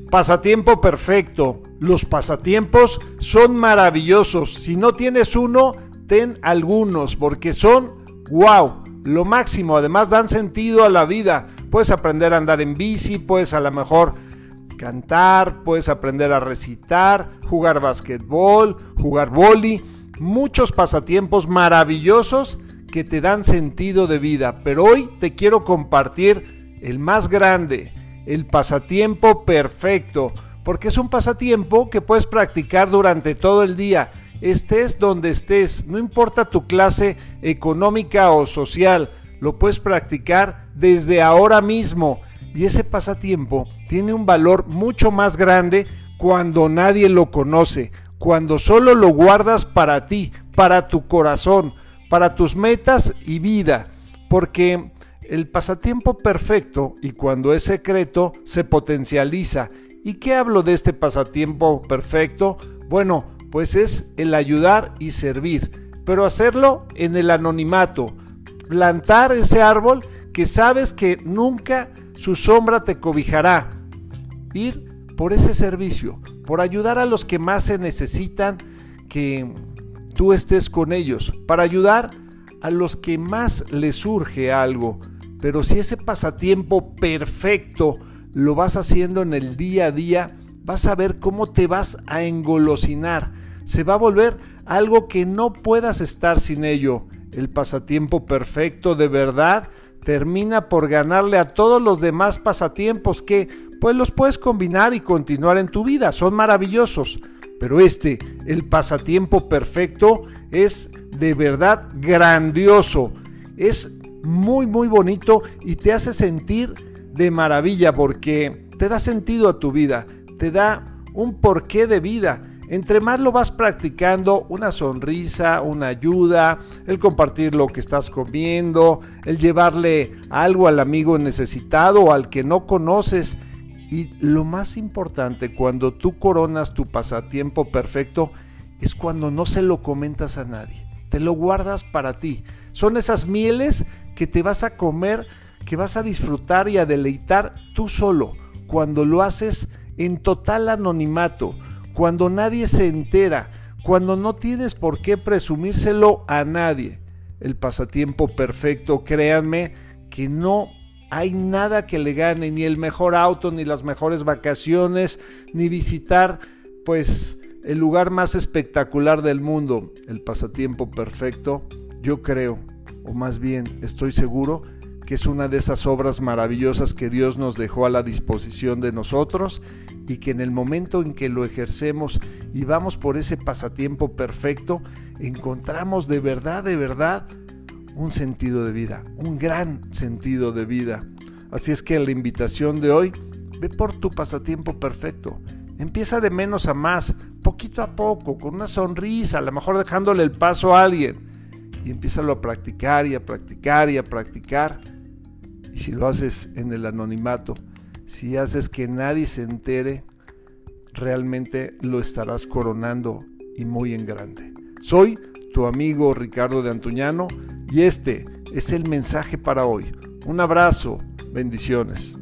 Pasatiempo perfecto. Los pasatiempos son maravillosos. Si no tienes uno, ten algunos porque son wow, lo máximo. Además dan sentido a la vida. Puedes aprender a andar en bici, puedes a lo mejor cantar, puedes aprender a recitar, jugar basquetbol, jugar vóley. Muchos pasatiempos maravillosos que te dan sentido de vida. Pero hoy te quiero compartir el más grande, el pasatiempo perfecto, porque es un pasatiempo que puedes practicar durante todo el día, estés donde estés, no importa tu clase económica o social, lo puedes practicar desde ahora mismo. Y ese pasatiempo tiene un valor mucho más grande cuando nadie lo conoce, cuando solo lo guardas para ti, para tu corazón, para tus metas y vida, porque el pasatiempo perfecto, y cuando es secreto, se potencializa. ¿Y qué hablo de este pasatiempo perfecto? Bueno, pues es el ayudar y servir, pero hacerlo en el anonimato. Plantar ese árbol que sabes que nunca su sombra te cobijará. Ir por ese servicio, por ayudar a los que más se necesitan, que tú estés con ellos, para ayudar a los que más les surge algo. Pero si ese pasatiempo perfecto lo vas haciendo en el día a día, vas a ver cómo te vas a engolosinar. Se va a volver algo que no puedas estar sin ello. El pasatiempo perfecto de verdad termina por ganarle a todos los demás pasatiempos que pues los puedes combinar y continuar en tu vida. Son maravillosos. Pero el pasatiempo perfecto, es de verdad grandioso. Es muy bonito y te hace sentir de maravilla porque te da sentido a tu vida, te da un porqué de vida. Entre más lo vas practicando, una sonrisa, una ayuda, el compartir lo que estás comiendo, el llevarle algo al amigo necesitado o al que no conoces. Y lo más importante, cuando tú coronas tu pasatiempo perfecto, es cuando no se lo comentas a nadie. Te lo guardas para ti. Son esas mieles que te vas a comer, que vas a disfrutar y a deleitar tú solo, cuando lo haces en total anonimato, cuando nadie se entera, cuando no tienes por qué presumírselo a nadie. El pasatiempo perfecto, créanme que no hay nada que le gane, ni el mejor auto, ni las mejores vacaciones, ni visitar pues el lugar más espectacular del mundo. El pasatiempo perfecto, yo creo, o más bien estoy seguro, que es una de esas obras maravillosas que Dios nos dejó a la disposición de nosotros y que en el momento en que lo ejercemos y vamos por ese pasatiempo perfecto, encontramos de verdad un sentido de vida, un gran sentido de vida. Así es que la invitación de hoy, ve por tu pasatiempo perfecto. Empieza de menos a más, poquito a poco, con una sonrisa, a lo mejor dejándole el paso a alguien. Y empiézalo a practicar y a practicar y a practicar. Y si lo haces en el anonimato, si haces que nadie se entere, realmente lo estarás coronando y muy en grande. Soy tu amigo Ricardo de Antuñano y este es el mensaje para hoy. Un abrazo, bendiciones.